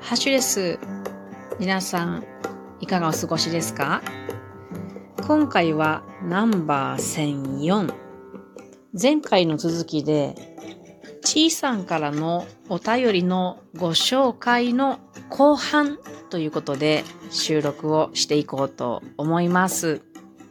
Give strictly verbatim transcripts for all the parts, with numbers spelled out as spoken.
ハッシュです。皆さん、いかがお過ごしですか？今回はナンバーせんよん。前回の続きで、ちいさんからのお便りのご紹介の後半ということで収録をしていこうと思います。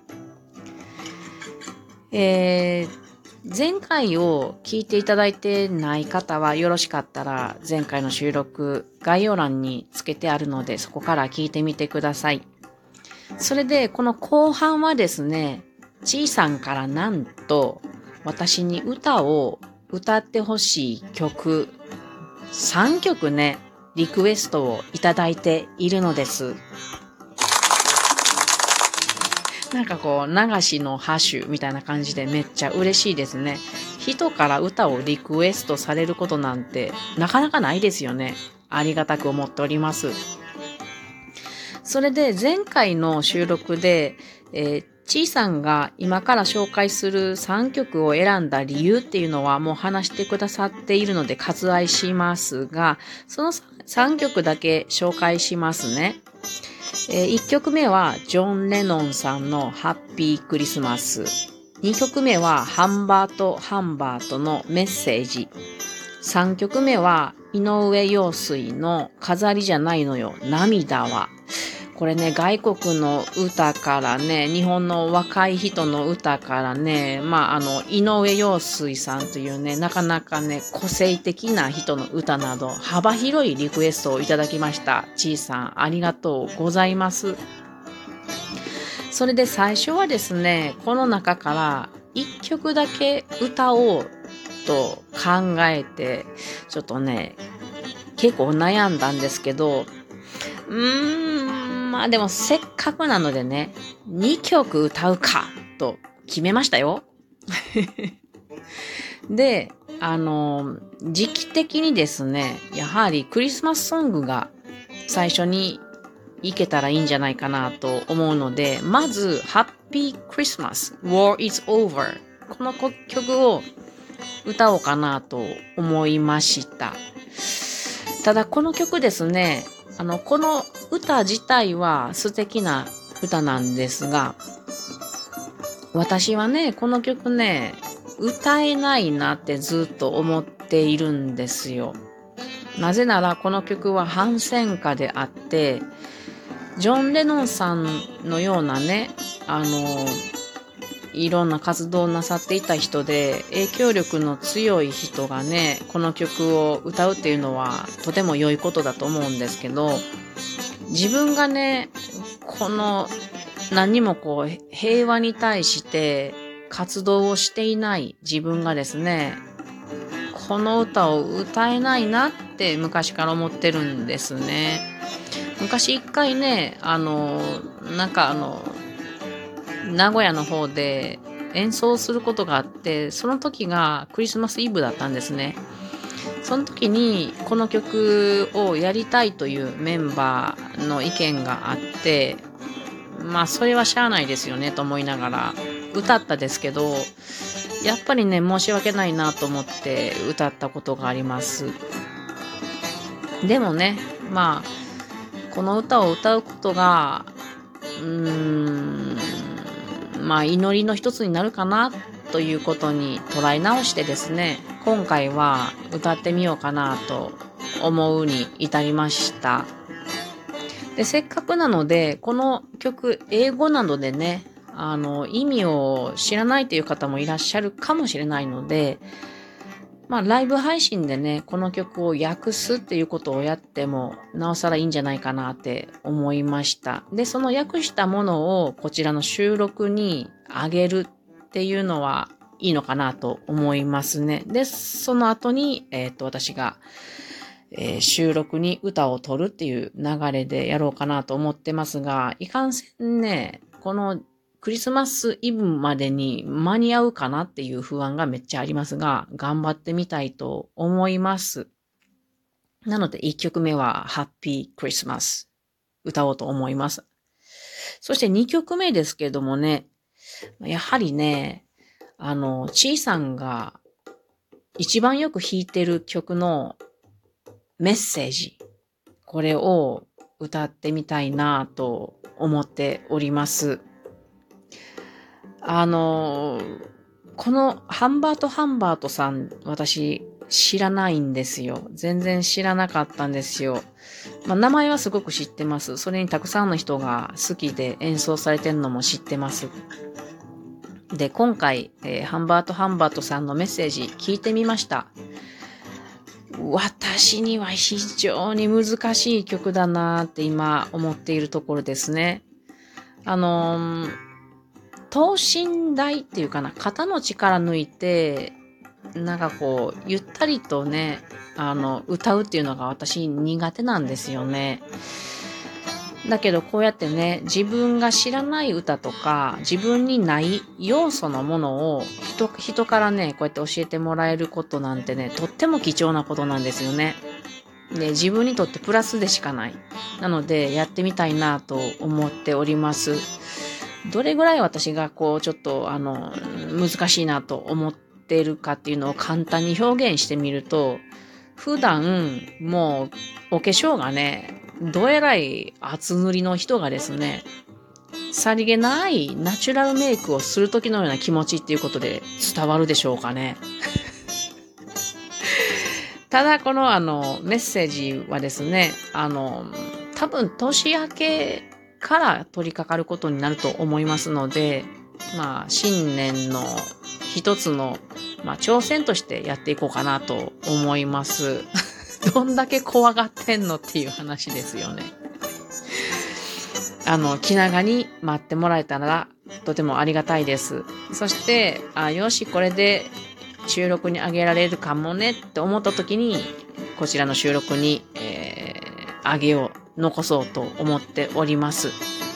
えー、前回を聞いていただいてない方はよろしかったら前回の収録概要欄につけてあるのでそこから聞いてみてください。それでこの後半はですね、ちいさんからなんと私に歌を歌ってほしい曲さんきょくね、リクエストをいただいているのです。なんかこう流しの拍手みたいな感じでめっちゃ嬉しいですね。人から歌をリクエストされることなんてなかなかないですよね。ありがたく思っております。それで前回の収録で、えー、ちいさんが今から紹介するさんきょくを選んだ理由っていうのはもう話してくださっているので割愛しますが、そのさんきょくだけ紹介しますね。えー、いっきょくめはジョン・レノンさんのハッピークリスマス。にきょくめはハンバート・ハンバートのメッセージ。さんきょくめは井上陽水の飾りじゃないのよ、涙は。これね、外国の歌からね、日本の若い人の歌からね、まあ、あの、井上陽水さんというね、なかなかね、個性的な人の歌など、幅広いリクエストをいただきました。ちいさん、ありがとうございます。それで最初はですね、この中からいっきょくだけ歌おうと考えて、ちょっとね、結構悩んだんですけど、うーん、まあでもせっかくなのでね、にきょく歌うかと決めましたよ。で、あの、時期的にですね、やはりクリスマスソングが最初にいけたらいいんじゃないかなと思うので、まず、Happy Christmas, War is Over。この曲を歌おうかなと思いました。ただこの曲ですね、あの、この歌自体は素敵な歌なんですが、私はね、この曲ね、歌えないなってずっと思っているんですよ。なぜならこの曲は反戦歌であって、ジョン・レノンさんのようなね、あの、いろんな活動をなさっていた人で、影響力の強い人がね、この曲を歌うっていうのはとても良いことだと思うんですけど、自分がね、この何にもこう平和に対して活動をしていない自分がですね、この歌を歌えないなって昔から思ってるんですね。昔一回ね、あの、なんかあの、名古屋の方で演奏することがあって、その時がクリスマスイブだったんですね。その時にこの曲をやりたいというメンバーの意見があって、まあそれはしゃあないですよねと思いながら歌ったですけど、やっぱりね、申し訳ないなと思って歌ったことがあります。でもね、まあこの歌を歌うことがうーんまあ祈りの一つになるかなということに捉え直してですね、今回は歌ってみようかなと思うに至りました。で、せっかくなので、この曲英語なのでね、あの意味を知らないという方もいらっしゃるかもしれないので、まあライブ配信でね、この曲を訳すっていうことをやってもなおさらいいんじゃないかなって思いました。で、その訳したものをこちらの収録にあげるっていうのはいいのかなと思いますね。で、その後に、えっと、私が、えー、収録に歌を取るっていう流れでやろうかなと思ってますが、いかんせんね、このクリスマスイブまでに間に合うかなっていう不安がめっちゃありますが、頑張ってみたいと思います。なのでいっきょくめはハッピークリスマス歌おうと思います。そしてにきょくめですけどもね、やはりね、あの、ちいさんが一番よく弾いてる曲のメッセージ。 これを歌ってみたいなと思っております。あの、このハンバートハンバートさん、私知らないんですよ。全然知らなかったんですよ。まあ、名前はすごく知ってます。それにたくさんの人が好きで演奏されてるのも知ってます。で、今回、えー、ハンバートハンバートさんのメッセージ聞いてみました。私には非常に難しい曲だなーって今思っているところですね。あのー、等身大っていうかな、肩の力抜いて、なんかこう、ゆったりとね、あの、歌うっていうのが私苦手なんですよね。だけどこうやってね、自分が知らない歌とか、自分にない要素のものを人、人からね、こうやって教えてもらえることなんてね、とっても貴重なことなんですよね。で、自分にとってプラスでしかない。なので、やってみたいなと思っております。どれぐらい私がこう、ちょっと、あの、難しいなと思っているかっていうのを簡単に表現してみると、普段、もう、お化粧がね、どえらい厚塗りの人がですね、さりげないナチュラルメイクをするときのような気持ちっていうことで伝わるでしょうかね。ただこのあのメッセージはですね、あの多分年明けから取り掛かることになると思いますので、まあ新年の一つの、まあ、挑戦としてやっていこうかなと思います。どんだけ怖がってんのっていう話ですよね。あの、気長に待ってもらえたらとてもありがたいです。そして、あ、よし、これで収録にあげられるかもねって思った時に、こちらの収録に、えー、あげよう、残そうと思っております。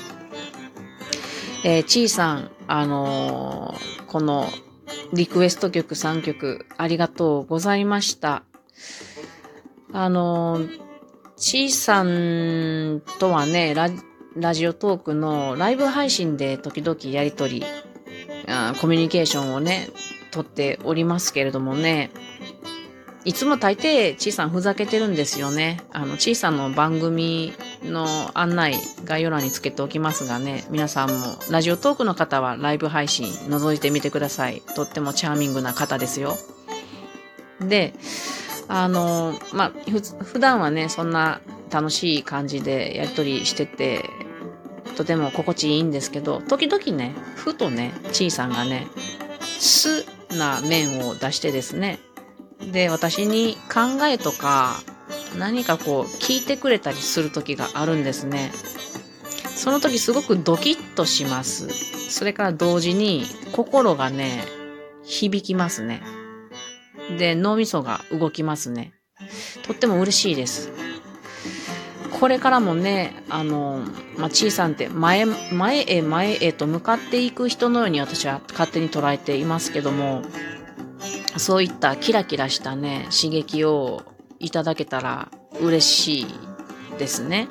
えー、ちーさん、あのー、このリクエスト曲さんきょくありがとうございました。あのー、ちーさんとはね、ラ、ラジオトークのライブ配信で時々やりとり、あコミュニケーションをね、とっておりますけれどもね、いつも大抵ちーさんふざけてるんですよね。あの、ちーさんの番組の案内概要欄につけておきますがね、皆さんもラジオトークの方はライブ配信覗いてみてください。とってもチャーミングな方ですよ。で、あの、まあ、ふ、普段はね、そんな楽しい感じでやりとりしてて、とても心地いいんですけど、時々ね、ふとね、ちーさんがね、素な面を出してですね、で、私に考えとか、何かこう、聞いてくれたりする時があるんですね。その時すごくドキッとします。それから同時に、心がね、響きますね。で、脳みそが動きますね。とっても嬉しいです。これからもね、あの、まあ、ちーさんって前、前へ前へと向かっていく人のように私は勝手に捉えていますけども、そういったキラキラしたね、刺激をいただけたら嬉しいですね。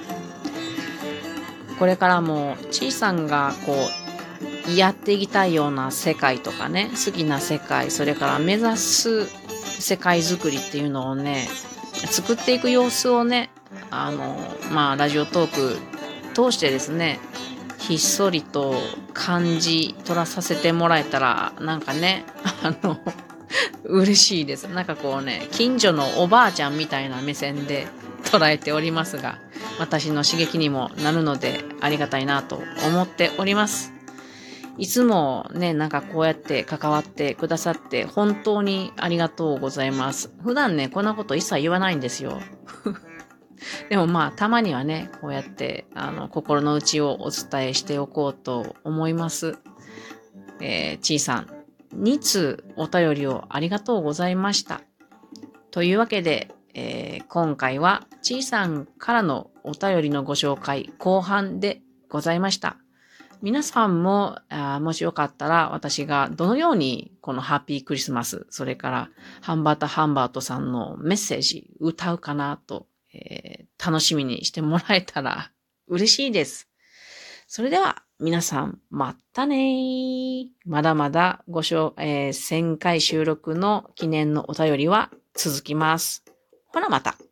これからもちーさんがこう、やっていきたいような世界とかね、好きな世界、それから目指す世界づくりっていうのをね、作っていく様子をね、あの、まあ、ラジオトーク通してですね、ひっそりと感じ取らさせてもらえたら、なんかね、あの、嬉しいです。なんかこうね、近所のおばあちゃんみたいな目線で捉えておりますが、私の刺激にもなるのでありがたいなと思っております。いつもね、なんかこうやって関わってくださって本当にありがとうございます。普段ね、こんなこと一切言わないんですよ。でもまあ、たまにはね、こうやって、あの、心の内をお伝えしておこうと思います。えー、ちーさん、に通お便りをありがとうございました。というわけで、えー、今回はちーさんからのお便りのご紹介後半でございました。皆さんも、あもしよかったら私がどのようにこのハッピークリスマス、それからハンバートハンバートさんのメッセージ歌うかなと、えー、楽しみにしてもらえたら嬉しいです。それでは皆さんまたねー。まだまだごしょう、えー、せんかい収録の記念のお便りは続きます。ほなまた。